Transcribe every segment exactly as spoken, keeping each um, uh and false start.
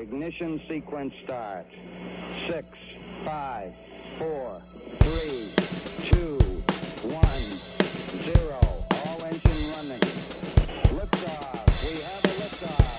Ignition sequence start. Six, five, four, three, two, one, zero. All engine running. Liftoff. We have a liftoff.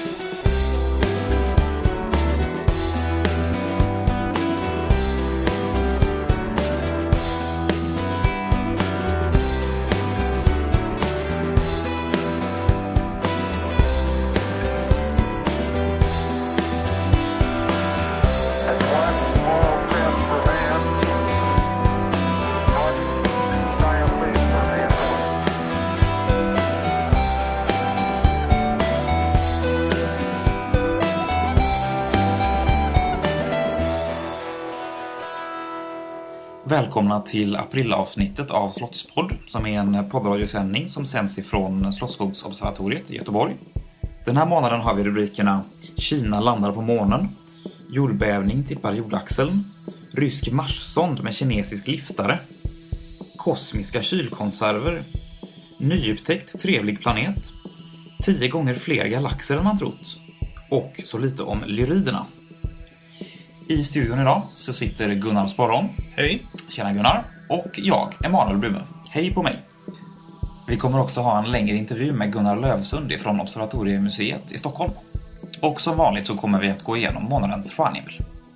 Välkomna till aprilavsnittet av Slottspodd, som är en poddradiosändning som sänds ifrån Slottsskogsobservatoriet i Göteborg. Den här månaden har vi rubrikerna Kina landar på månen, jordbävning tippar jordaxeln, rysk marssond med kinesisk liftare, kosmiska kylkonserver, nyupptäckt trevlig planet, tio gånger fler galaxer än man trott och så lite om lyriderna. I studion idag så sitter Gunnar Sporron. Hej. Tjena Gunnar. Och jag, Emanuel Brume. Hej på mig. Vi kommer också ha en längre intervju med Gunnar Lövsund från Observatoriemuseet i Stockholm. Och som vanligt så kommer vi att gå igenom månadens stjärnhimmel.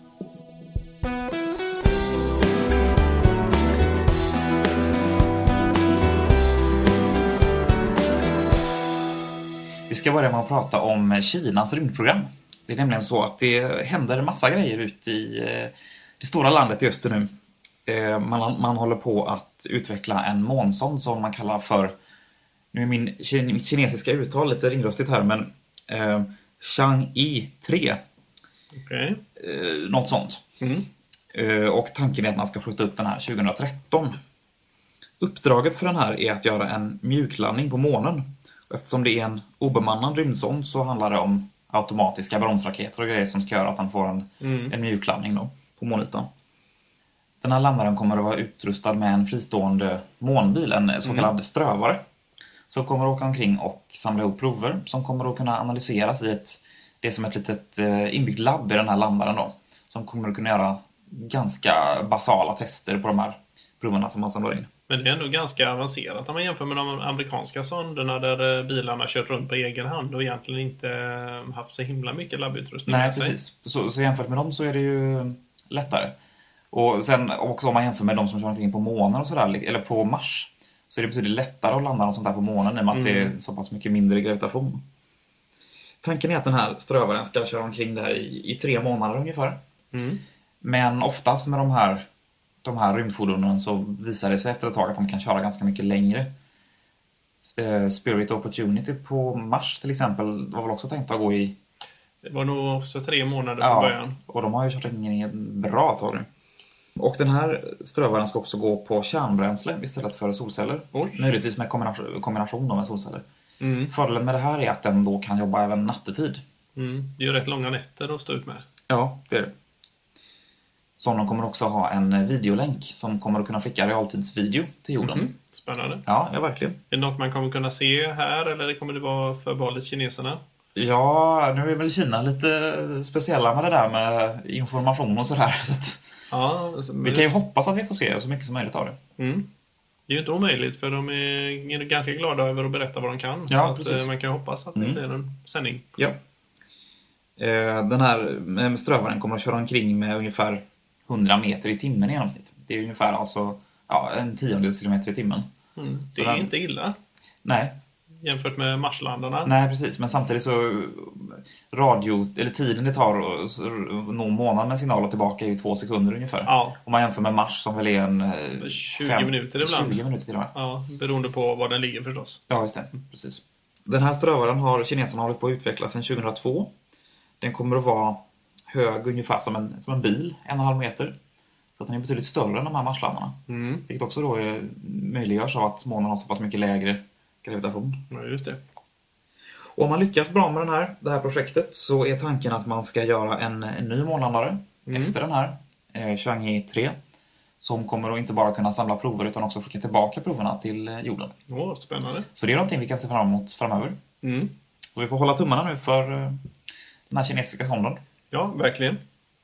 Vi ska börja med att prata om Kinas rymdprogram. Det är nämligen så att det händer en massa grejer ute i det stora landet i öster nu. Man, man håller på att utveckla en månsond som man kallar för, nu är min mitt kinesiska uttal lite ringrostigt här, men eh, Chang'e tre. Okay. Eh, något sånt. Mm. Eh, och tanken är att man ska skjuta upp den här tjugohundratretton. Uppdraget för den här är att göra en mjuklandning på månen. Och eftersom det är en obemannad rymdsond så handlar det om automatiska bromsraketer och grejer som ska göra att han får en, mm. en mjuklandning då, på månytan. Den här landaren kommer att vara utrustad med en fristående månbil, en så kallad mm. strövare. Som kommer att åka omkring och samla ihop prover som kommer att kunna analyseras i ett, det är som ett litet inbyggt labb i den här landaren då. Som kommer att kunna göra ganska basala tester på de här proverna som man samlar in. Men det är ändå ganska avancerat om man jämför med de amerikanska sonderna där bilarna kört runt på egen hand och egentligen inte haft så himla mycket labbutrustning. Nej, precis. Så, så jämfört med dem så är det ju lättare. Och sen också om man jämför med de som kör omkring på månen och sådär, eller på Mars, så är det betydligt lättare att landa och sånt där på månen i och med att mm. det är så pass mycket mindre gravitation. Tanken är att den här strövaren ska köra omkring där i, i tre månader ungefär. Mm. Men oftast med de här de här rymdfordonen så visar det sig efter ett tag att de kan köra ganska mycket längre. Spirit Opportunity på Mars till exempel var väl också tänkt att gå i... Det var nog också tre månader ja, från början. Och de har ju kört en bra tag nu. Och den här strövaren ska också gå på kärnbränsle istället för solceller. Oj. Möjligtvis med kombination, kombination med solceller. Mm. Fördelen med det här är att den då kan jobba även nattetid. Mm. Det är ju rätt långa nätter att stå ut med. Ja, det är det. Sonden kommer också ha en videolänk som kommer att kunna skicka realtidsvideo till jorden. Mm. Spännande. Ja, ja, verkligen. Är det något man kommer kunna se här eller kommer det vara förbehållet kineserna? Ja, nu är väl Kina lite speciella med det där med information och sådär. Så att ja, vi kan ju hoppas att vi får se så mycket som möjligt av det. Mm. Det är ju inte omöjligt för de är ganska glada över att berätta vad de kan. Ja, så precis. Att man kan hoppas att det mm. blir en sändning. Ja. Den här strövaren kommer att köra omkring med ungefär hundra meter i timmen i genomsnitt. Det är ungefär alltså ja, en tiondels kilometer i timmen. Mm. Det är den... inte illa. Nej. Jämfört med marslandarna. Nej, precis. Men samtidigt så radio, eller tiden det tar att nå månaden med signal och tillbaka är ju två sekunder ungefär. Ja. Om man jämför med Mars som väl är en... tjugo fem, minuter ibland. tjugo minuter till och med. Ja, beroende på var den ligger förstås. Ja, just det. Precis. Den här strövaren har kineserna hållit på att utveckla sedan tjugohundratvå. Den kommer att vara hög ungefär som en, som en bil, en och en halv meter. Så att den är betydligt större än de här marslandarna. Mm. Vilket också då är, möjliggörs av att månen har så pass mycket lägre gravitation. Ja, just det. Och om man lyckas bra med den här, det här projektet så är tanken att man ska göra en, en ny månlandare mm. efter den här, eh, Chang'e tre. Som kommer att inte bara kunna samla prover utan också skicka tillbaka proverna till jorden. Åh, spännande. Så det är någonting vi kan se fram emot framöver. Mm. Så vi får hålla tummarna nu för den här kinesiska sonden. Ja, verkligen.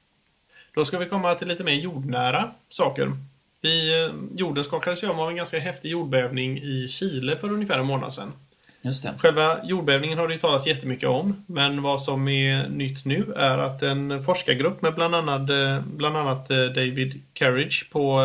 Då ska vi komma till lite mer jordnära saker. I, jorden skakades om av en ganska häftig jordbävning i Chile för ungefär en månad sedan. Just det. Själva jordbävningen har det ju talats jättemycket om, men vad som är nytt nu är att en forskargrupp med bland annat, bland annat David Carriage på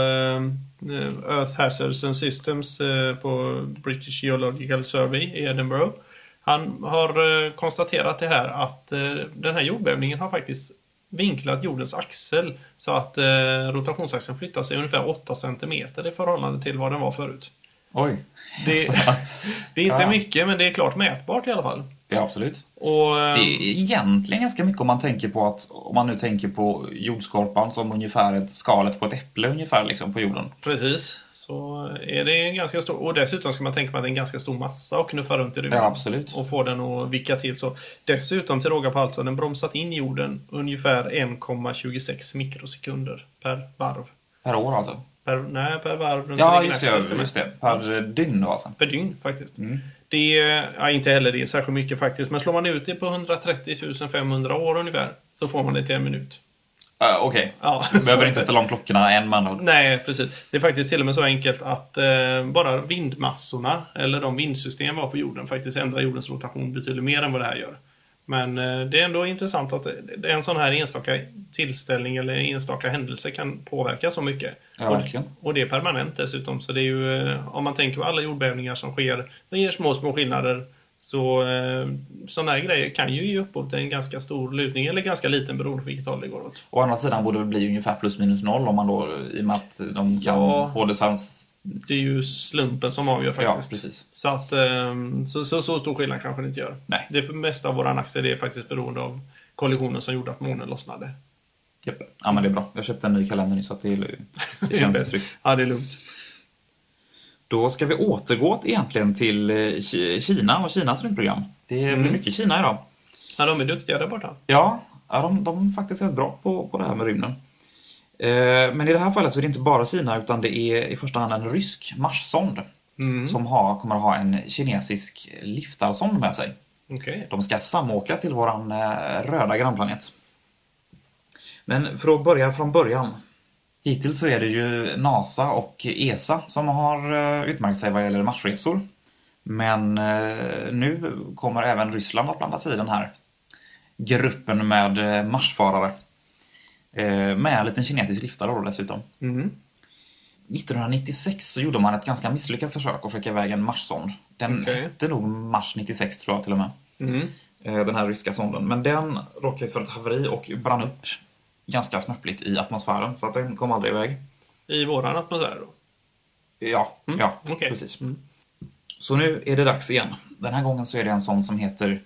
Earth Hazards and Systems på British Geological Survey i Edinburgh, han har konstaterat det här att den här jordbävningen har faktiskt vinklat jordens axel så att rotationsaxeln flyttar sig ungefär åtta centimeter i förhållande till vad den var förut. Oj. Det, det är inte ja. mycket, men det är klart mätbart i alla fall. Ja, absolut. Och, det är egentligen ganska mycket om man tänker på att, om man nu tänker på jordskorpan som ungefär ett skalet på ett äpple ungefär liksom på jorden. Precis. Så är det en ganska stor, och dessutom ska man tänka på att det är en ganska stor massa och knuffa runt i rymden. Ja, absolut. Och få den att vicka till. Så dessutom till råga på allt så har den bromsat in jorden ungefär en komma tjugosex mikrosekunder per varv. Per år alltså? Per, nej, per varv. Ja, just det, just det. Per dygn då alltså. Per dygn faktiskt. Mm. Det är, ja, inte heller det är särskilt mycket faktiskt. Men slår man ut det på hundratrettio tusen femhundra år ungefär så får man det till en minut. Uh, Okej, okay. Ja. Behöver inte ställa om klockorna en man. Nej, precis. Det är faktiskt till och med så enkelt att eh, bara vindmassorna eller de vindsystem vi har på jorden faktiskt ändrar jordens rotation betydligt mer än vad det här gör. Men eh, det är ändå intressant att det, en sån här enstaka tillställning eller enstaka händelse kan påverka så mycket. Ja, verkligen. Och, och det är permanent dessutom. Så det är ju, eh, om man tänker på alla jordbävningar som sker, det ger små, små skillnader. Så eh, sådana här grejer kan ju ge upphov till en ganska stor lutning eller ganska liten beroende på vilket håll det går åt. Å andra sidan borde det bli ungefär plus minus noll om man då, i och med att de kan ja, både sans... Det är ju slumpen som avgör faktiskt. Ja, precis. Så, att, eh, så, så, så stor skillnad kanske det inte gör. Nej. Det för mesta av våra aktier är faktiskt beroende av kollisionen som gjorde att månen lossnade. Japp. Ja, men det är bra. Jag köpte en ny kalender så att det, det, det känns tryggt. Ja, det är lugnt. Då ska vi återgå egentligen till Kina och Kinas rymdprogram. Det blir mm. mycket Kina idag. Ja, de är duktiga där borta. Ja, ja de, de är faktiskt rätt bra på, på det här med rymden. Eh, men i det här fallet så är det inte bara Kina utan det är i första hand en rysk Mars-sond mm. som har, kommer att ha en kinesisk liftarsond med sig. Okay. De ska samåka till våran eh, röda grannplanet. Men för att börja från början. Hittills så är det ju NASA och E S A som har utmärkt sig vad gäller Marsresor. Men nu kommer även Ryssland att blanda sig i den här gruppen med Marsfarare. Med en liten kinesisk liftare då dessutom. Mm. nittonhundranittiosex så gjorde man ett ganska misslyckat försök att skicka iväg en Marssond. Den okay. hette nog Mars nittiosex tror jag till och med. Mm. Den här ryska sonden. Men den råkade för ett haveri och brann upp ganska snöppligt i atmosfären så att den kom aldrig iväg. I våran atmosfär då? Ja, mm. ja okay. precis. Mm. Så nu är det dags igen. Den här gången så är det en sån som heter,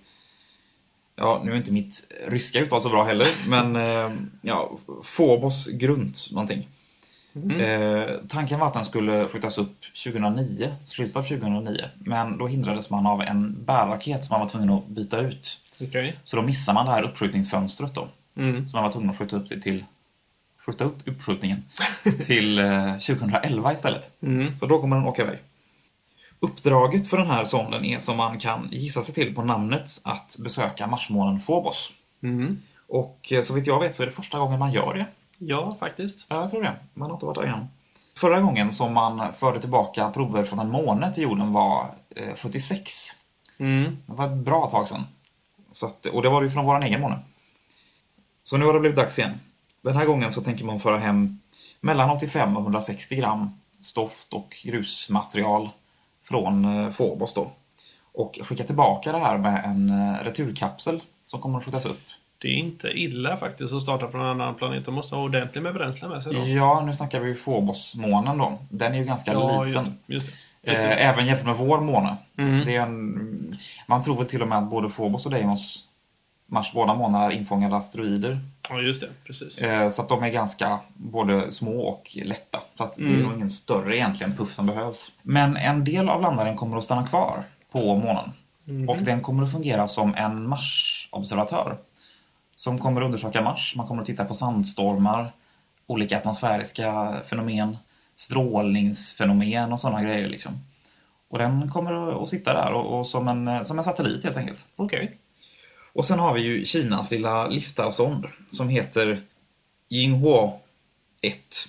ja nu är inte mitt ryska uttal så bra heller, men eh, ja, Phobos Grunt någonting. Mm. Eh, tanken var att den skulle skjutas upp tjugohundranio, slutet av tjugohundranio, men då hindrades man av en bärraket som man var tvungen att byta ut. Okay. Så då missar man det här uppskjutningsfönstret då. Mm. Så man var tvungen att skjuta upp det till skjuta upp uppskjutningen till eh, tjugohundraelva istället. Mm. Så då kommer den åka iväg. Uppdraget för den här sonden är som man kan gissa sig till på namnet att besöka marsmånen Phobos. Mm. Och eh, så vitt jag vet så är det första gången man gör det. Ja, faktiskt. Ja, jag tror det. Man har inte varit där igen. Förra gången som man förde tillbaka prover från en måne till jorden var eh, sjuttiosex. Mm. Det var ett bra tag sedan. Så att, och det var ju från vår egen måne. Så nu har det blivit dags igen. Den här gången så tänker man föra hem mellan åttiofem och hundrasextio gram stoft och grusmaterial från Phobos då. Och skicka tillbaka det här med en returkapsel som kommer att skjutas upp. Det är inte illa faktiskt att starta från en annan planet. De måste ha ordentligt med bränsle med sig då. Ja, nu snackar vi ju Phobos-månen då. Den är ju ganska ja, liten. Just det, just det. Eh, även jämfört med vår måne. Mm. Det är en, man tror väl till och med att både Phobos och Deimos Mars båda månader är infångade asteroider. Ja, just det. Precis. Eh, så att de är ganska både små och lätta. Så att mm. det är nog ingen större egentligen puff som behövs. Men en del av landaren kommer att stanna kvar på månen. Mm. Och den kommer att fungera som en Mars-observatör. Som kommer att undersöka Mars. Man kommer att titta på sandstormar, olika atmosfäriska fenomen, strålningsfenomen och sådana grejer liksom. Och den kommer att sitta där och, och som, en, som en satellit helt enkelt. Okej. Okay. Och sen har vi ju Kinas lilla liftarsond som heter Jinghua ett.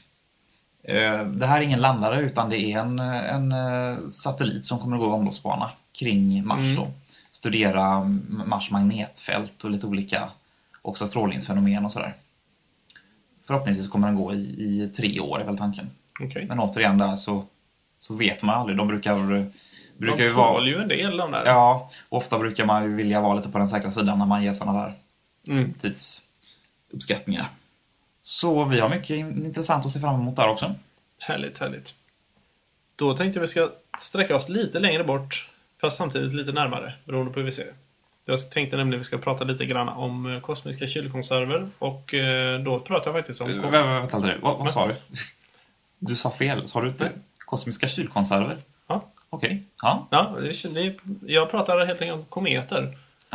Det här är ingen landare utan det är en, en satellit som kommer att gå i omloppsbana kring Mars mm. då. Studera Mars magnetfält och lite olika också strålningsfenomen och sådär. Förhoppningsvis kommer den gå i, i tre år är väl tanken. Okay. Men återigen där så, så vet man aldrig. De brukar, brukar de ju vara... ju en del de där. Ja, ofta brukar man ju vilja vara lite på den säkra sidan när man ger sådana där mm. tidsuppskattningar. Så vi har mycket intressant att se fram emot där också. Härligt, härligt. Då tänkte vi ska sträcka oss lite längre bort, fast samtidigt lite närmare, beroende på hur vi ser. Jag tänkte nämligen att vi ska prata lite grann om kosmiska kylkonserver, och då pratar jag faktiskt om... Vänta, vänta, vänta. Vad, vad sa du? Du sa fel. Sa du inte Nej. Kosmiska kylkonserver? Ja. Okej. Okay. Ja. Ja, det, jag pratar helt enkelt om kometer.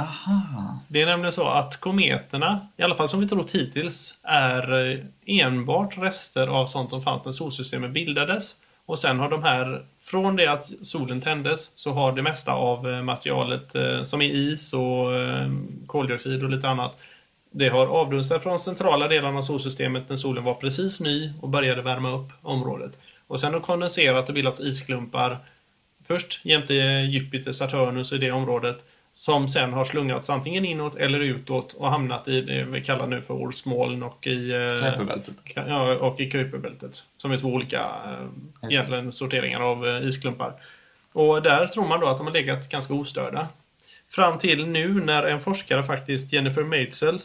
Aha. Det är nämligen så att kometerna, i alla fall som vi trott hittills, är enbart rester av sånt som fanns när solsystemet bildades. Och sen har de här, från det att solen tändes, så har det mesta av materialet som är is och koldioxid och lite annat, det har avdunstat från centrala delarna av solsystemet när solen var precis ny och började värma upp området. Och sen har kondenserat och bildats isklumpar, först jämte Jupiter, Saturnus i det området, som sen har slungats antingen inåt eller utåt och hamnat i det vi kallar nu för Oldsmoln och i Kuiperbältet. Ja, och i Kuiperbältet, som är två olika äh, egentligen sorteringar av äh, isklumpar. Och där tror man då att de har legat ganska ostörda. Fram till nu när en forskare faktiskt, Jennifer Maetzel,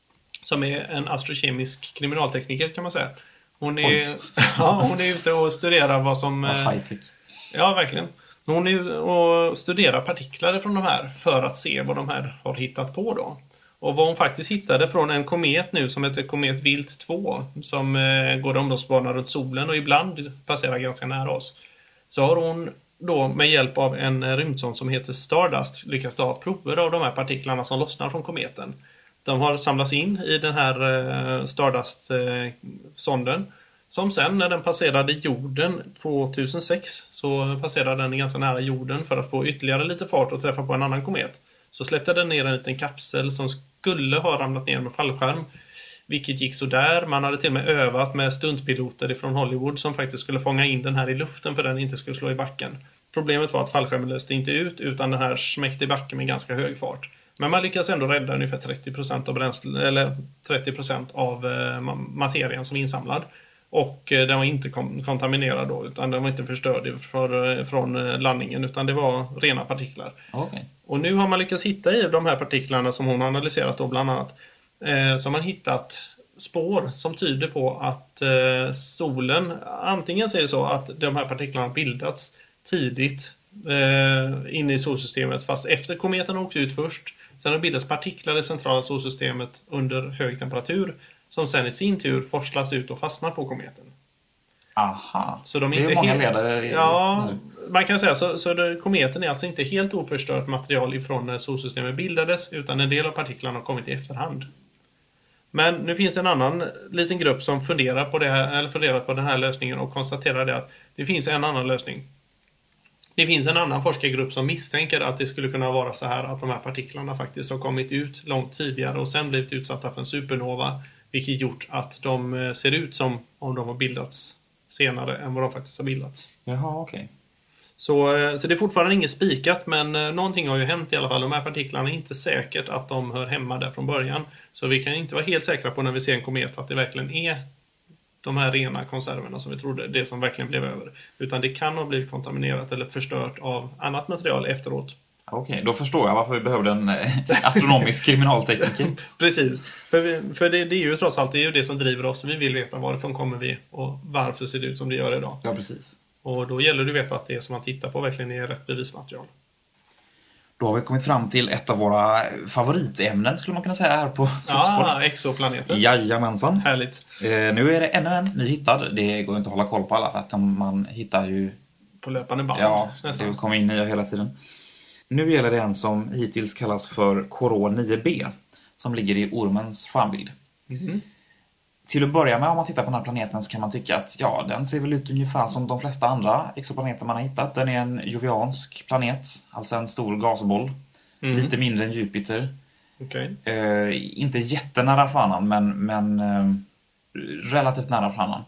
som är en astrokemisk kriminaltekniker kan man säga. Hon är, ja, hon är ute och studerar vad som... Ja, ja, verkligen. Hon är och studerar partiklar från de här för att se vad de här har hittat på då. Och vad hon faktiskt hittade från en komet nu som heter komet Wild två, som eh, går omloppsbana runt solen och ibland passerar ganska nära oss. Så har hon då med hjälp av en rymdsond som heter Stardust lyckats ta prover av de här partiklarna som lossnar från kometen. De har samlats in i den här eh, Stardust-sonden. Eh, Som sen när den passerade jorden tvåtusensex så passerade den ganska nära jorden för att få ytterligare lite fart och träffa på en annan komet. Så släppte den ner en liten kapsel som skulle ha ramlat ner med fallskärm. Vilket gick så där. Man hade till och med övat med stuntpiloter från Hollywood som faktiskt skulle fånga in den här i luften för den inte skulle slå i backen. Problemet var att fallskärmen löste inte ut utan den här smäckte i backen med ganska hög fart. Men man lyckas ändå rädda ungefär trettio procent av bränsle, eller trettio procent av eh, materien som är insamlad. Och eh, den var inte kom- kontaminerad då, utan den var inte förstörd för, från eh, landningen, utan det var rena partiklar. Okay. Och nu har man lyckats hitta i de här partiklarna som hon har analyserat då bland annat, eh, så har man hittat spår som tyder på att eh, solen, antingen så är det så att de här partiklarna bildats tidigt eh, inne i solsystemet, fast efter kometen har åkt ut först. Sen har bildats partiklar i centrala solsystemet under hög temperatur som sen i sin tur forslas ut och fastnar på kometen. Aha, så de det är inte många helt... ledare. Ja, man kan säga så, så det, kometen är alltså inte helt oförstört material ifrån när solsystemet bildades, utan en del av partiklarna har kommit i efterhand. Men nu finns en annan liten grupp som funderar på det här, eller funderar på den här lösningen och konstaterar det att det finns en annan lösning. Det finns en annan forskargrupp som misstänker att det skulle kunna vara så här att de här partiklarna faktiskt har kommit ut långt tidigare och sen blivit utsatta för en supernova, vilket gjort att de ser ut som om de har bildats senare än vad de faktiskt har bildats. Jaha, okej. Okay. Så, så det är fortfarande inget spikat, men någonting har ju hänt i alla fall. De här partiklarna är inte säkert att de hör hemma där från början. Så vi kan inte vara helt säkra på när vi ser en komet att det verkligen är de här rena konserverna som vi trodde, det som verkligen blev över. Utan det kan ha blivit kontaminerat eller förstört av annat material efteråt. Okej, då förstår jag varför vi behövde en astronomisk kriminaltekniker. Precis, för, vi, för det, det är ju trots allt det är ju det som driver oss. Vi vill veta varifrån kommer vi och varför ser det ut som det gör idag. Ja, precis. Och då gäller det att veta att det som man tittar på verkligen är rätt bevismaterial. Då har vi kommit fram till ett av våra favoritämnen skulle man kunna säga här på Solsport. Ja, exoplaneten. Jajamensan. Härligt. Eh, nu är det ännu en ny hittad. Det går inte att hålla koll på alla för att man hittar ju... På löpande band. Ja, nästan. Det kommer in nya hela tiden. Nu gäller det en som hittills kallas för Corot nio b som ligger i ormens stjärnbild. Mm-hmm. Till att börja med, om man tittar på den här planeten så kan man tycka att ja, den ser väl ut ungefär som de flesta andra exoplaneter man har hittat. Den är en joviansk planet, alltså en stor gasboll. Mm. Lite mindre än Jupiter. Okej. Eh, inte jättenära stjärnan, men, men eh, relativt nära stjärnan.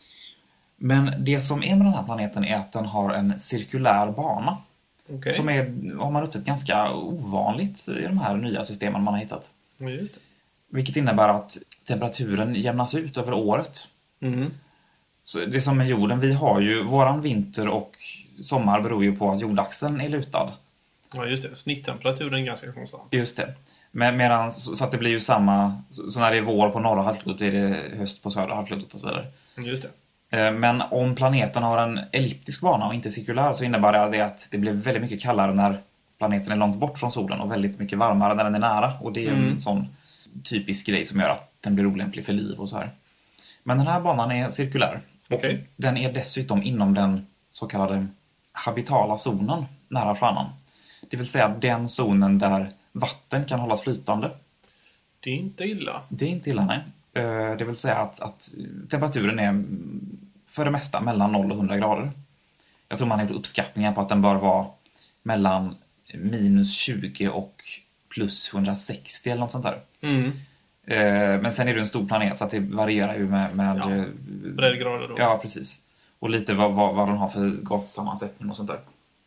Men det som är med den här planeten är att den har en cirkulär bana. Okej. Som är, har man upptäckt, ganska ovanligt i de här nya systemen man har hittat. Ja, just det. Vilket innebär att temperaturen jämnas ut över året. Mm. Så det är som med jorden, vi har ju, våran vinter och sommar beror ju på att jordaxeln är lutad. Ja, just det. Snitttemperaturen är ganska konstant. Just det. Men, medan, så att det blir ju samma, så när det är vår på norra halvklotet är det höst på södra halvklotet och så vidare. Just det. Men om planeten har en elliptisk bana och inte cirkulär, så innebär det att det blir väldigt mycket kallare när planeten är långt bort från solen och väldigt mycket varmare när den är nära. Och det är Mm. en sån typisk grej som gör att den blir olämplig för liv och så här. Men den här banan är cirkulär. Och Okej. den är dessutom inom den så kallade habitala zonen nära stjärnan. Det vill säga den zonen där vatten kan hållas flytande. Det är inte illa. Det är inte illa, nej. Eh, Det vill säga att, att temperaturen är för det mesta mellan noll och hundra grader. Jag tror man har gjort uppskattningar på att den bör vara mellan minus tjugo och plus hundrasextio eller något sånt där. Mm. Eh, Men sen är det en stor planet så att det varierar ju med... med Ja, eh, breddgrader då. Ja, precis. Och lite vad, vad, vad den har för gassammansättning och sånt där.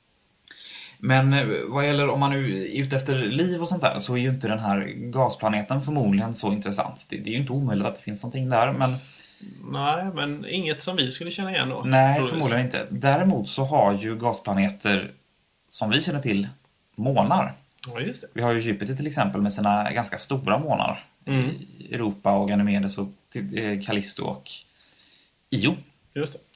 Men eh, vad gäller om man nu är ute efter liv och sånt där, så är ju inte den här gasplaneten förmodligen så intressant. Det, det är ju inte omöjligt att det finns någonting där, men Nej, men inget som vi skulle känna igen då. nej, troligtvis. förmodligen inte. Däremot så har ju gasplaneter, som vi känner till, månar. Ja, just det. Vi har ju Jupiter till exempel med sina ganska stora månar. Mm. I Europa och Ganymedes och eh, Callisto och Io. Just det.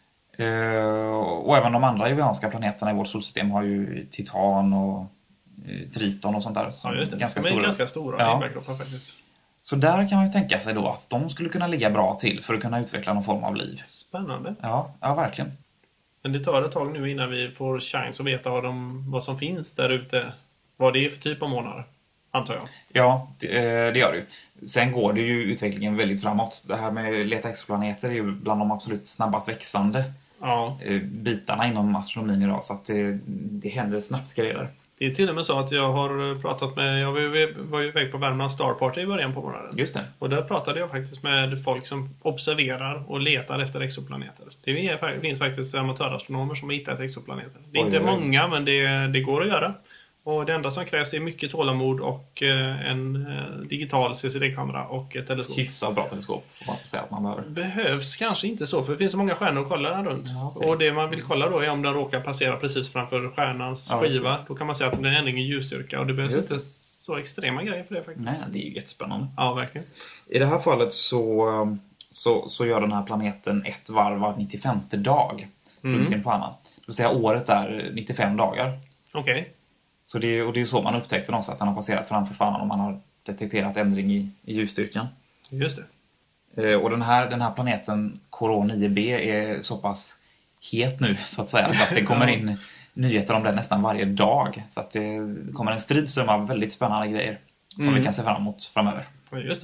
Eh, och även de andra jovianska planeterna i vårt solsystem har ju Titan och eh, Triton och sånt där. Som Ja, just det. Ganska De är stora. ganska stora Ja. himlakroppar faktiskt. Så där kan man ju tänka sig då att de skulle kunna ligga bra till för att kunna utveckla någon form av liv. Spännande. Ja, ja verkligen. Men det tar ett tag nu innan vi får chans att veta vad, de, vad som finns där ute. Vad det är för typ av månader, antar jag. Ja, det, eh, det gör det ju. Sen går det ju utvecklingen väldigt framåt. Det här med leta exoplaneter är ju bland de absolut snabbast växande Ja, eh, bitarna inom astronomin idag. Så att det, det händer snabbt grejer där. det är till och med så att jag har pratat med, jag var ju, var ju iväg på Värmland Star Party i början på månaden. Just det. Och där pratade jag faktiskt med folk som observerar och letar efter exoplaneter. Det är- finns faktiskt amatörastronomer som har hittat exoplaneter. Det är Oj, inte oj, oj. många, men det, det går att göra. Och det enda som krävs är mycket tålamod och eh, en eh, digital C C D-kamera och ett teleskop. Hyfsat bra teleskop får man säga att man behöver. Behövs kanske inte så, för det finns så många stjärnor att kolla där runt. Ja, okej. Och det man vill kolla då är om den råkar passera precis framför stjärnans Ja, just det. skiva. Då kan man säga att det är en ändring i ljusstyrka. Och det behövs Just inte så extrema grejer för det faktiskt. Nej, det är ju jättespännande. Ja, verkligen. I det här fallet så, så, så gör den här planeten ett varv var nittiofemte dag runt Mm. sin stjärna. Det vill säga året är nittiofem dagar. Okej. Så det, och det är ju så man upptäckte den också, att den har passerat framför stjärnan och man har detekterat ändring i, i ljusstyrkan. Just det. Eh, och den här, den här planeten Corot nio b är så pass het nu så att säga, så att det kommer in nyheter om den nästan varje dag. Så att det kommer en stridström av väldigt spännande grejer som Mm. vi kan se fram emot framöver. Ja, just det.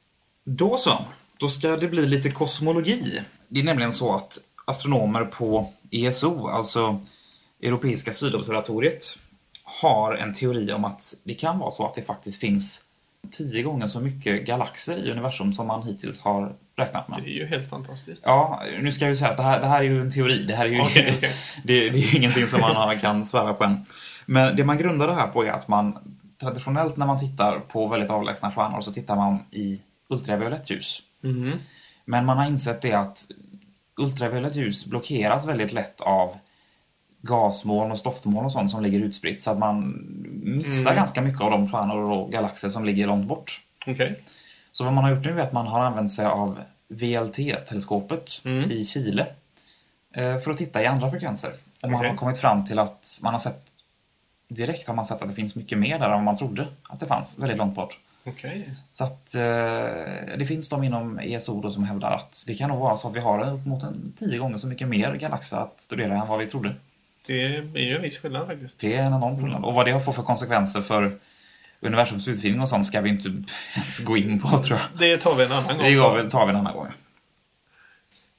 Då så, då ska det bli lite kosmologi. Det är nämligen så att astronomer på E S O, alltså Europeiska sydobservatoriet, har en teori om att det kan vara så att det faktiskt finns tio gånger så mycket galaxer i universum som man hittills har räknat med. Det är ju helt fantastiskt. Ja, nu ska jag ju säga att det här, det här är ju en teori. Det här är ju Okej, okej. det, det är ju ingenting som man har, kan svära på än. Men det man grundar det här på är att man traditionellt när man tittar på väldigt avlägsna stjärnor så tittar man i ultraviolett ljus. Mhm. Men man har insett det att ultraviolett ljus blockeras väldigt lätt av gasmoln och stoftmoln och sånt som ligger utspritt, så att man missar Mm. ganska mycket av de stjärnor och galaxer som ligger långt bort. Okej. Så vad man har gjort nu är att man har använt sig av V L T-teleskopet Mm. i Chile eh, för att titta i andra frekvenser. Och man Okej. har kommit fram till att man har sett direkt har man sett att det finns mycket mer där än vad man trodde att det fanns väldigt långt bort. Okej. Så att eh, det finns de inom E S O då som hävdar att det kan nog vara så att vi har upp mot en tio gånger så mycket mer galaxer att studera än vad vi trodde. Det är ju en viss skillnad faktiskt. Det är en enorm skillnad. Och vad det har fått för konsekvenser för universums utvidgning och sånt ska vi inte ens gå in på, tror jag. Det tar vi en annan gång. Det går väl- tar vi en annan gång.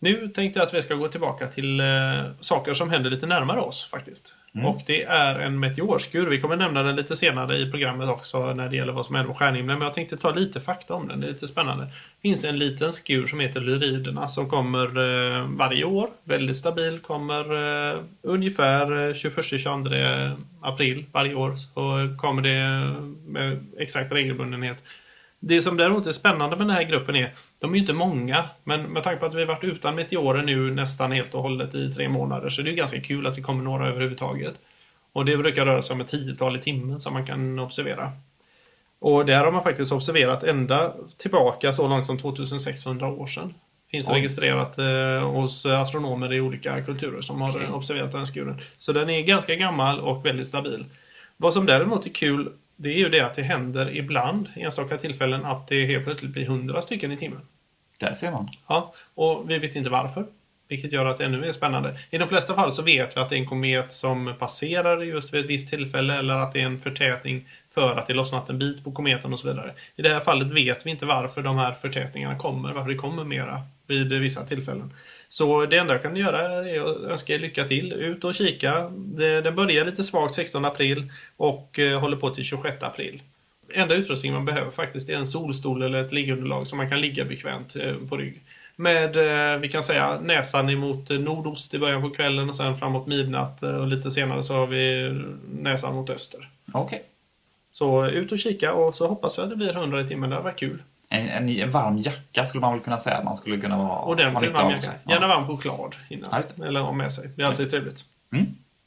Nu tänkte jag att vi ska gå tillbaka till eh, saker som händer lite närmare oss faktiskt. Mm. Och det är en meteorskur. Vi kommer nämna den lite senare i programmet också när det gäller vad som händer på stjärnhimlen. Men jag tänkte ta lite fakta om den. Det är lite spännande. Det finns en liten skur som heter Lyriderna som kommer eh, varje år. Väldigt stabil. Kommer eh, ungefär tjugoförsta till tjugoandra april varje år. Så kommer det med exakt regelbundenhet. Det som däremot är spännande med den här gruppen är, de är ju inte många, men med tanke på att vi har varit utan meteorer nu nästan helt och hållet i tre månader så det är ganska kul att det kommer några överhuvudtaget. Och det brukar röra sig om ett tiotal i timmen som man kan observera. Och det här har man faktiskt observerat ända tillbaka så långt som tvåtusensexhundra år sedan. Finns Oj. registrerat eh, hos astronomer i olika kulturer som har okay. observerat den skuren. Så den är ganska gammal och väldigt stabil. Vad som däremot är kul, det är ju det att det händer ibland i enstaka tillfällen att det helt plötsligt blir hundra stycken i timmen. Där ser man. Ja, och vi vet inte varför. Vilket gör att det är ännu mer spännande. I de flesta fall så vet vi att det är en komet som passerar just vid ett visst tillfälle. Eller att det är en förtätning för att det lossnat en bit på kometen och så vidare. I det här fallet vet vi inte varför de här förtätningarna kommer. Varför det kommer mera vid vissa tillfällen. Så det enda jag kan göra är att önska er lycka till. Ut och kika. Den börjar lite svagt sextonde april och håller på till tjugosjätte april. Enda utrustning man behöver faktiskt är en solstol eller ett liggunderlag som man kan ligga bekvämt på rygg. Med, vi kan säga, näsan emot nordost i början på kvällen och sen framåt midnatt och lite senare så har vi näsan mot öster. Okej. Okay. Så ut och kika och så hoppas vi att det blir hundra i timmen. Det var kul. En, en, en varm jacka skulle man väl kunna säga att man skulle kunna ha. Och den ha varm jacka. Ja. Gärna varm choklad innan. Ja, eller ha med sig. Det är alltid trevligt. Mm.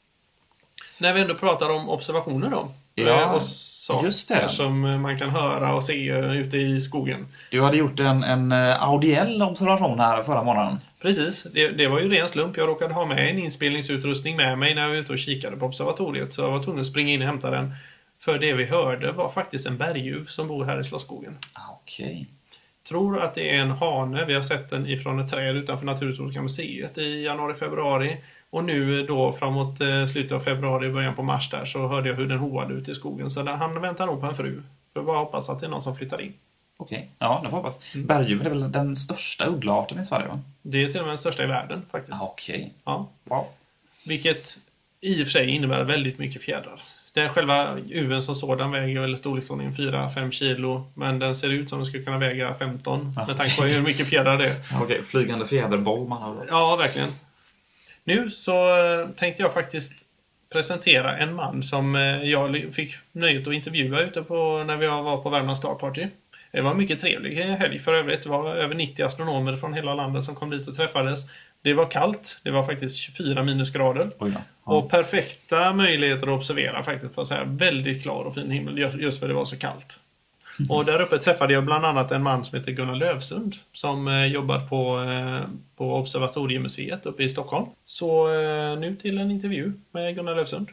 När vi ändå pratar om observationer då. Ja, och saker just det. Som man kan höra och se ute i skogen. Du hade gjort en, en audiell observation här förra månaden. Precis, det, det var ju ren slump. Jag råkade ha med en inspelningsutrustning med mig när jag var ute och kikade på observatoriet. Så jag var tvungen att springa in och hämta den. För det vi hörde var faktiskt en berguv som bor här i Slottsskogen. Okej. Okay. Tror att det är en hane. Vi har sett den ifrån ett träd utanför Naturhistoriska museet i januari-februari. Och nu då framåt slutet av februari, början på mars där, så hörde jag hur den hoade ut i skogen. Så där, han väntar nog på en fru. För jag bara hoppas att det är någon som flyttar in. Okej, okay. Ja, det får hoppas. Mm. Berguv är väl den största ugglarten i Sverige, va? Det är till och med den största i världen faktiskt. Okej. Okay. Ja. Wow. Vilket i och för sig innebär väldigt mycket fjädrar. Den själva uven som sådan väger väl storleksordningen fyra till fem kilo. Men den ser ut som den skulle kunna väga femton. Ja. Med tanke på hur mycket fjädrar det är. Okej, okay. Flygande fjäderboll man har. Ja, verkligen. Nu så tänkte jag faktiskt presentera en man som jag fick nöjet att intervjua ute på när vi var på Värmlands Star Party. Det var en mycket trevlig helg för övrigt. Det var över nittio astronomer från hela landet som kom dit och träffades. Det var kallt. Det var faktiskt tjugofyra minusgrader. Oj då. Ja. Och perfekta möjligheter att observera faktiskt för att säga väldigt klar och fin himmel just för det var så kallt. Och där uppe träffade jag bland annat en man som heter Gunnar Lövsund som eh, jobbar på, eh, på Observatoriemuseet uppe i Stockholm. Så eh, nu till en intervju med Gunnar Lövsund.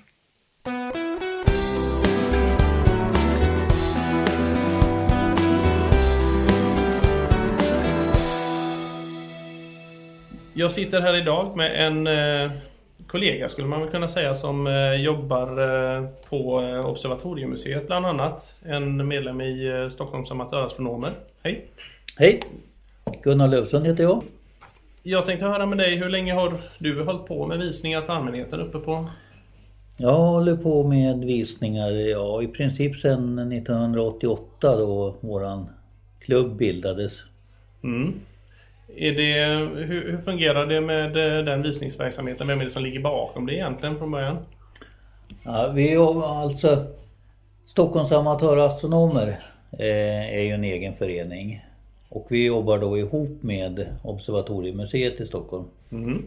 Jag sitter här idag med en eh, kollega skulle man väl kunna säga som eh, jobbar eh, på eh, Observatoriemuseet bland annat. En medlem i eh, Stockholms amatörastronomer. Hej! Hej! Gunnar Lövsund heter jag. Jag tänkte höra med dig, hur länge har du hållit på med visningar för allmänheten uppe på? Jag håller på med visningar ja, i princip sedan nittonhundraåttioåtta då våran klubb bildades. Mm. Är det, hur, hur fungerar det med den visningsverksamheten? Vem är det som ligger bakom det egentligen från början? Ja, vi har alltså Stockholms amatörastronomer eh, är ju en egen förening. Och vi jobbar då ihop med Observatoriemuseet i Stockholm. Mm.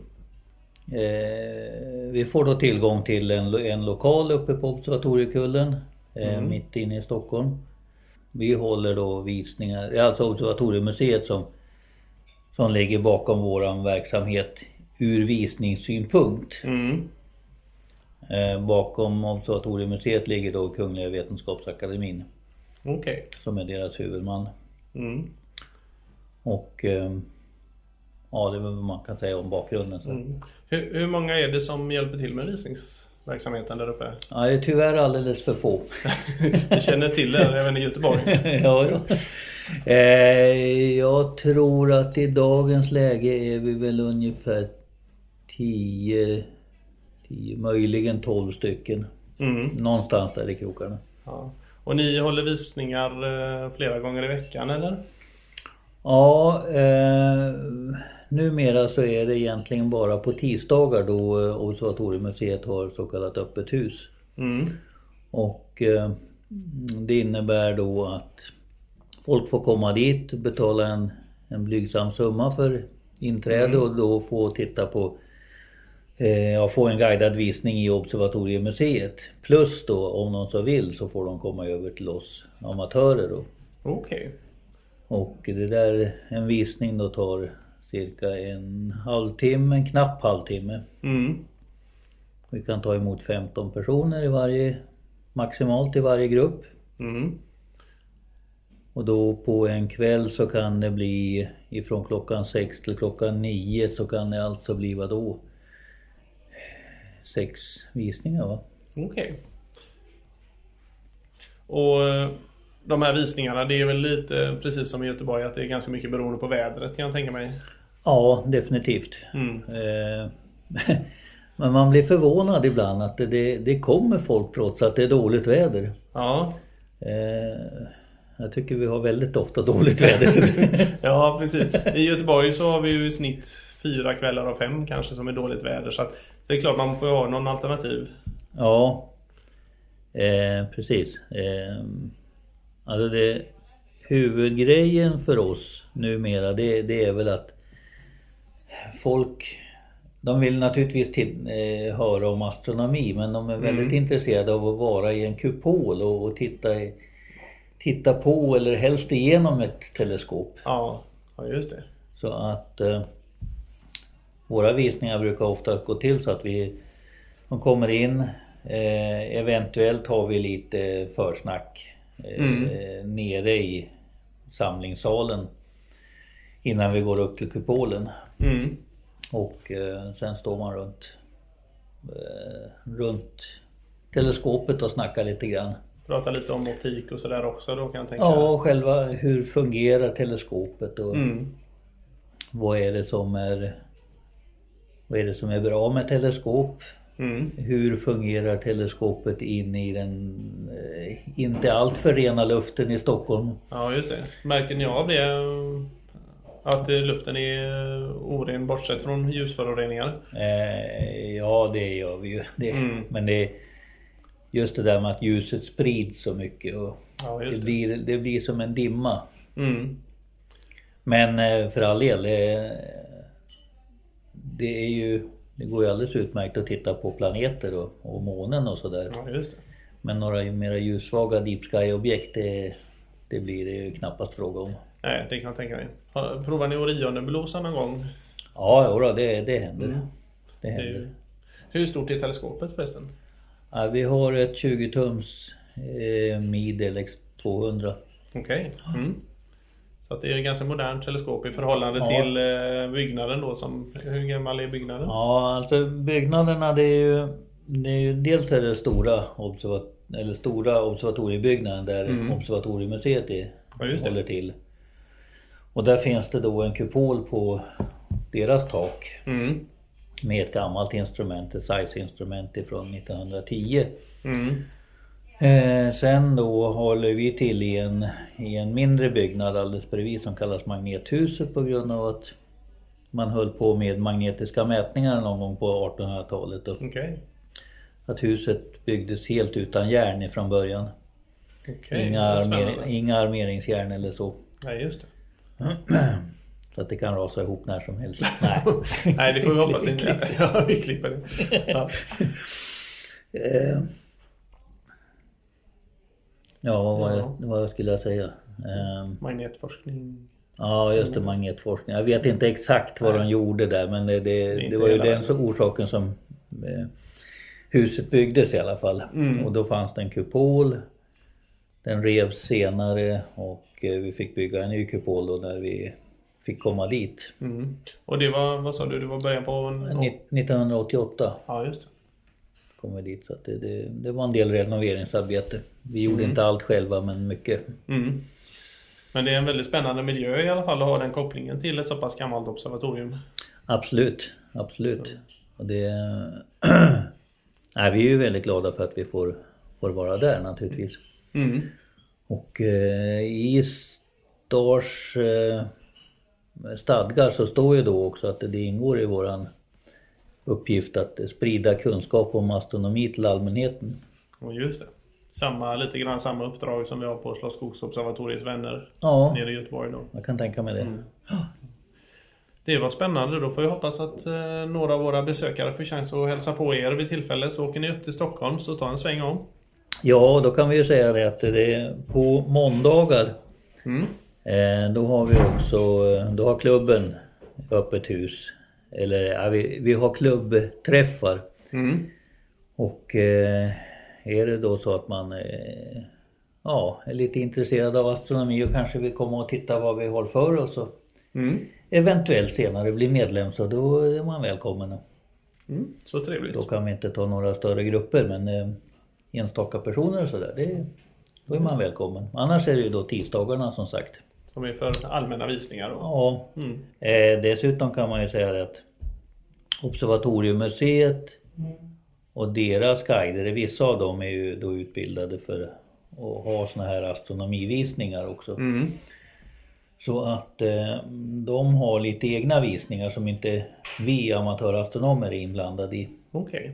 Eh, vi får då tillgång till en, en lokal uppe på Observatoriekullen eh, mm. mitt inne i Stockholm. Vi håller då visningar, alltså Observatoriemuseet som som ligger bakom våran verksamhet ur visningssynpunkt. Mm. Eh, bakom Observatoriemuseet ligger då Kungliga Vetenskapsakademin. Okej. Okay. Som är deras huvudman. Mm. Och eh, ja, det är vad man kan säga om bakgrunden. Så. Mm. Hur, hur många är det som hjälper till med visningsverksamheten där uppe? Ja, det är tyvärr alldeles för få. Du känner till det även i Göteborg? ja, ja. Eh, jag tror att i dagens läge är vi väl ungefär tio, tio möjligen tolv stycken. Mm. Någonstans där i krokarna. Ja. Och ni håller visningar eh, flera gånger i veckan eller? Ja, eh, numera så är det egentligen bara på tisdagar då eh, Observatoriemuseet har så kallat öppet hus. Mm. Och eh, det innebär då att folk får komma dit och betala en, en blygsam summa för inträde Mm. och då få titta på eh, ja, få en guidad visning i Observatoriemuseet. Plus då om någon så vill så får de komma över till oss amatörer då. Okej. Okay. Och det där, en visning då tar cirka en halvtimme, en knapp halvtimme. Mm. Vi kan ta emot femton personer i varje, maximalt i varje grupp. Mm. Och då på en kväll så kan det bli ifrån klockan sex till klockan nio så kan det alltså bli vad då? Sex visningar va? Okej. Okay. Och eh, de här visningarna, det är väl lite precis som i Göteborg att det är ganska mycket beroende på vädret kan jag tänka mig. Ja, definitivt. Mm. Eh, men man blir förvånad ibland att det, det, det kommer folk trots att det är dåligt väder. Ja. Eh, jag tycker vi har väldigt ofta dåligt väder. Ja, precis. I Göteborg så har vi ju i snitt fyra kvällar av fem kanske som är dåligt väder. Så att det är klart man får ha någon alternativ. Ja, eh, precis. Eh, alltså det, huvudgrejen för oss numera det, det är väl att folk, de vill naturligtvis till, eh, höra om astronomi men de är väldigt Mm. intresserade av att vara i en kupol och, och titta, i, titta på eller helst igenom ett teleskop. Ja, ja just det. Så att eh, våra visningar brukar ofta gå till så att vi de kommer in, eh, eventuellt har vi lite försnack eh, Mm. nere i samlingssalen innan vi går upp till kupolen. Mm. Och eh, sen står man runt eh, runt teleskopet och snackar lite grann. Prata lite om optik och sådär också då kan jag tänka. Ja, och själva hur fungerar teleskopet och Mm. vad är det som är vad är det som är bra med teleskop? Mm. Hur fungerar teleskopet in i den eh, inte allt för rena luften i Stockholm? Ja just det. Märker ni av det? Att eh, luften är oren bortsett från ljusföroreningar? Eh, ja, det gör vi ju. Det, Mm. Men det just det där med att ljuset sprids så mycket och Ja just det, det. blir, det blir som en dimma. Mm. Men eh, för all del, eh, det är ju det går ju alldeles utmärkt att titta på planeter och, och månen och sådär. Ja just det. Men några mera ljussvaga deep sky objekt det, det blir det ju knappast fråga om. Nej, det kan jag tänka mig. Har- Provar ni Orionnebulosa någon gång? Ja, jodå, det, det händer. Mm. Det Det är händer. ju... Hur stort är teleskopet förresten? Ja, vi har ett tjugo tums eh, Midel X tvåhundra. Okej. Mm. Så att det är ett ganska modernt teleskop i förhållande Ja. till eh, byggnaden då. Som, hur gammal är byggnaden? Ja, alltså byggnaderna det är ju, det är ju dels är det stora, observat, eller stora observatoriebyggnaden där Mm. Observatoriemuseet är, Ja, just det. håller till. Och där finns det då en kupol på deras tak Mm. med ett gammalt instrument, ett size-instrument ifrån nittonhundratio. Mm. Eh, sen då håller vi till i en, i en mindre byggnad alldeles bredvid som kallas Magnethuset på grund av att man höll på med magnetiska mätningar någon gång på artonhundratalet. Och Okej. att huset byggdes helt utan järn från början. Okej. Inga, vad armer, spännande. inga armeringsjärn eller så. Nej, just det. Så att det kan rasa ihop när som helst. Nej, Nej, det får vi hoppas inte. Ja, vi klipper det. Ja. Eh, ja, vad, var Ja. det, vad skulle jag säga? Eh, Magnetforskning. ja, just det, magnetforskning. Jag vet inte exakt vad de gjorde där, men det, det, är det inte var ju hela den världen. så orsaken som eh, huset byggdes i alla fall. Mm. Och då fanns det en kupol. Den revs senare och eh, vi fick bygga en ny kupol då när vi fick komma dit. Mm. Och det var, vad sa du, det var början på en... Ni- nittonhundraåttioåtta Ja, just det. kom vi dit, så att det, det, det var en del renoveringsarbete. Vi gjorde Mm. inte allt själva men mycket. Mm. Men det är en väldigt spännande miljö i alla fall att ha den kopplingen till ett så pass gammalt observatorium. Absolut, absolut. Och det nej, vi är ju väldigt glada för att vi får, får vara där naturligtvis. Mm. Och eh, i Stars eh, stadgar så står ju då också att det ingår i våran uppgift att sprida kunskap om astronomi till allmänheten. Och just det. Samma, lite grann samma uppdrag som vi har på Slottsskogsobservatoriets vänner Ja, nere i Göteborg då. jag kan tänka mig det. Mm. Det var spännande. Då får jag hoppas att eh, några av våra besökare får chans att hälsa på er vid tillfälle. Så åker ni upp till Stockholm så ta en sväng om. Ja, då kan vi ju säga det att det är på måndagar. Mm. Eh, då har vi också, då har klubben öppet hus. Eller ja, vi, vi har klubbträffar. Mm. Och eh, är det då så att man eh, ja, är lite intresserad av astronomi och kanske vill komma och titta vad vi har för oss och Mm. eventuellt senare bli medlem, så då är man välkommen. Mm. Så trevligt. Då kan vi inte ta några större grupper, men eh, enstaka personer och sådär, det, då är man välkommen. Annars är det ju då tisdagarna som sagt. Som är för allmänna visningar då. Ja, Mm. eh, dessutom kan man ju säga det att Observatoriemuseet och deras guider, vissa av dem är ju då utbildade för att ha såna här astronomivisningar också. Mm. Så att eh, de har lite egna visningar som inte vi amatörastronomer är inblandade i. Okej.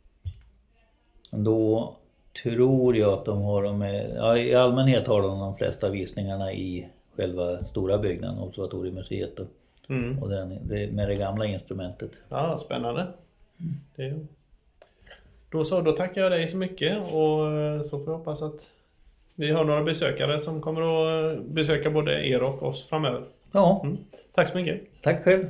Då tror jag att de har de, ja, i allmänhet har de de flesta visningarna i själva stora byggnaden, Observatoriemuseet och, Mm. och den, det, med det gamla instrumentet. Ja, spännande. Det. Då så, då tackar jag dig så mycket och eh, så får jag hoppas att vi har några besökare som kommer att eh, besöka både er och oss framöver. Ja, Mm. Tack så mycket. tack själv.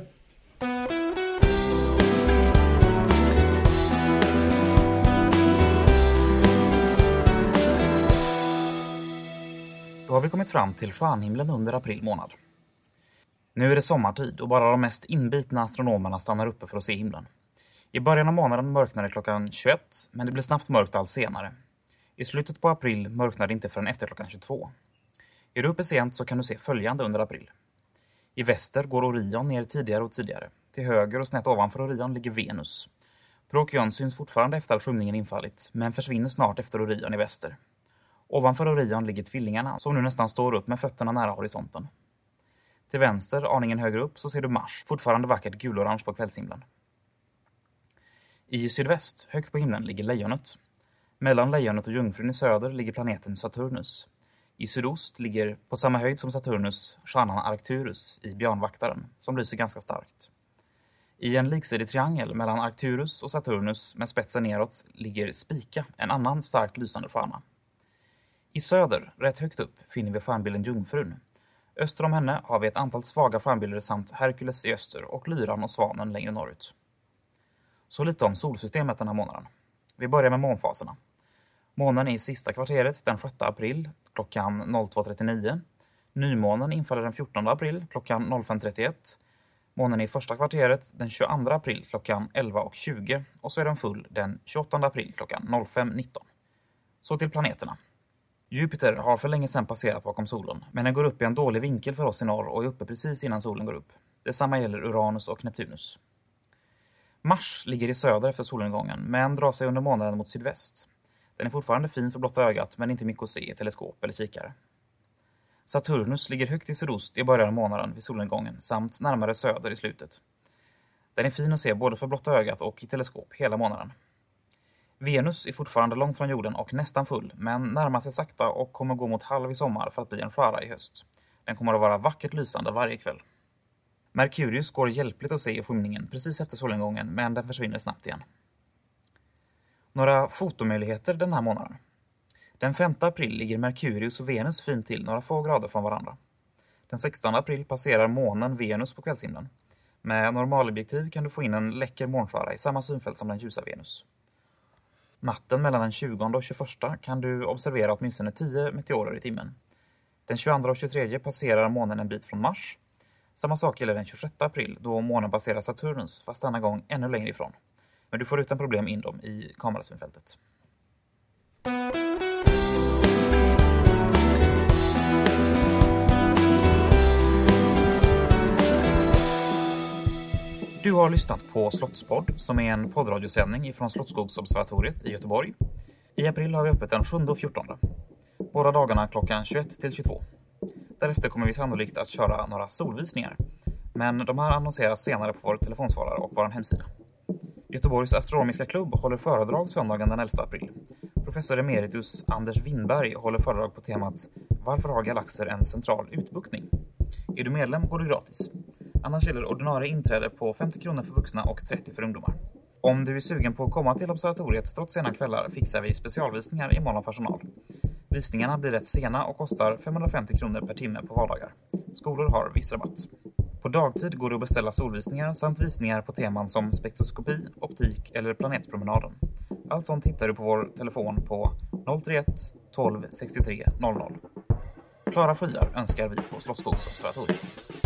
Då har vi kommit fram till stjärnhimlen under april månad. Nu är det sommartid och bara de mest inbitna astronomerna stannar uppe för att se himlen. I början av månaden mörknar det klockan tjugoett, men det blir snabbt mörkt allt senare. I slutet på april mörknar det inte förrän efter klockan tjugotvå. Är du uppe sent så kan du se följande under april. I väster går Orion ner tidigare och tidigare. Till höger och snett ovanför Orion ligger Venus. Procyon syns fortfarande efter att skymningen infallit, men försvinner snart efter Orion i väster. Ovanför Orion ligger tvillingarna som nu nästan står upp med fötterna nära horisonten. Till vänster, aningen högre upp, så ser du Mars, fortfarande vackert gulorange på kvällshimlen. I sydväst, högt på himlen, ligger Lejonet. Mellan Lejonet och Jungfrun i söder ligger planeten Saturnus. I sydost ligger, på samma höjd som Saturnus, stjärnan Arcturus i Björnvaktaren, som lyser ganska starkt. I en liksidig triangel mellan Arcturus och Saturnus med spetsen neråt ligger Spica, en annan starkt lysande stjärna. I söder, rätt högt upp, finner vi stjärnbilden Jungfrun. Öster om henne har vi ett antal svaga stjärnbilder samt Herkules i öster och Lyran och Svanen längre norrut. Så lite om solsystemet den här månaden. Vi börjar med månfaserna. Månen är i sista kvarteret den sjätte april klockan två trettionio. Nymånen infaller den fjortonde april klockan fem trettioett. Månen är i första kvarteret den tjugoandra april klockan elva tjugo och så är den full den tjugoåttonde april klockan fem nitton. Så till planeterna. Jupiter har för länge sedan passerat bakom solen, men den går upp i en dålig vinkel för oss i norr och är uppe precis innan solen går upp. Detsamma gäller Uranus och Neptunus. Mars ligger i söder efter solnedgången, men drar sig under månaden mot sydväst. Den är fortfarande fin för blotta ögat, men inte mycket att se i teleskop eller kikare. Saturnus ligger högt i sydost i början av månaden vid solnedgången, samt närmare söder i slutet. Den är fin att se både för blotta ögat och i teleskop hela månaden. Venus är fortfarande långt från jorden och nästan full, men närmar sig sakta och kommer gå mot halv i sommar för att bli en skära i höst. Den kommer att vara vackert lysande varje kväll. Merkurius går hjälpligt att se i skymningen precis efter solnedgången, men den försvinner snabbt igen. Några fotomöjligheter den här månaden. Den femte april ligger Merkurius och Venus fint till några få grader från varandra. Den sextonde april passerar månen Venus på kvällshimlen. Med normalobjektiv kan du få in en läcker månskära i samma synfält som den ljusa Venus. Natten mellan den tjugonde och tjugoförsta kan du observera åtminstone tio meteorer i timmen. Den tjugoandra och tjugotredje passerar månen en bit från Mars. Samma sak gäller den tjugosjätte april då månen passerar Saturnus, fast denna gång ännu längre ifrån. Men du får utan problem in dem i kamerasynfältet. Du har lyssnat på Slottspodd som är en poddradiosändning från Slottsskogsobservatoriet i Göteborg. I april har vi öppet den sjunde och fjortonde. Båda dagarna klockan tjugoett till tjugotvå. Därefter kommer vi sannolikt att köra några solvisningar. Men de här annonseras senare på vår telefonsvarare och vår hemsida. Göteborgs astronomiska klubb håller föredrag söndagen den elfte april. Professor emeritus Anders Winberg håller föredrag på temat Varför har galaxer en central utbuktning? Är du medlem går du gratis. Annars gäller ordinarie inträde på femtio kronor för vuxna och trettio för ungdomar. Om du är sugen på att komma till observatoriet trots sena kvällar fixar vi specialvisningar i mån av personal. Visningarna blir rätt sena och kostar femhundrafemtio kronor per timme på vardagar. Skolor har viss rabatt. På dagtid går det att beställa solvisningar samt visningar på teman som spektroskopi, optik eller planetpromenaden. Allt sånt hittar du på vår telefon på noll tre ett tolv sextiotre noll noll. Klara skyar önskar vi på Slottsskogsobservatoriet.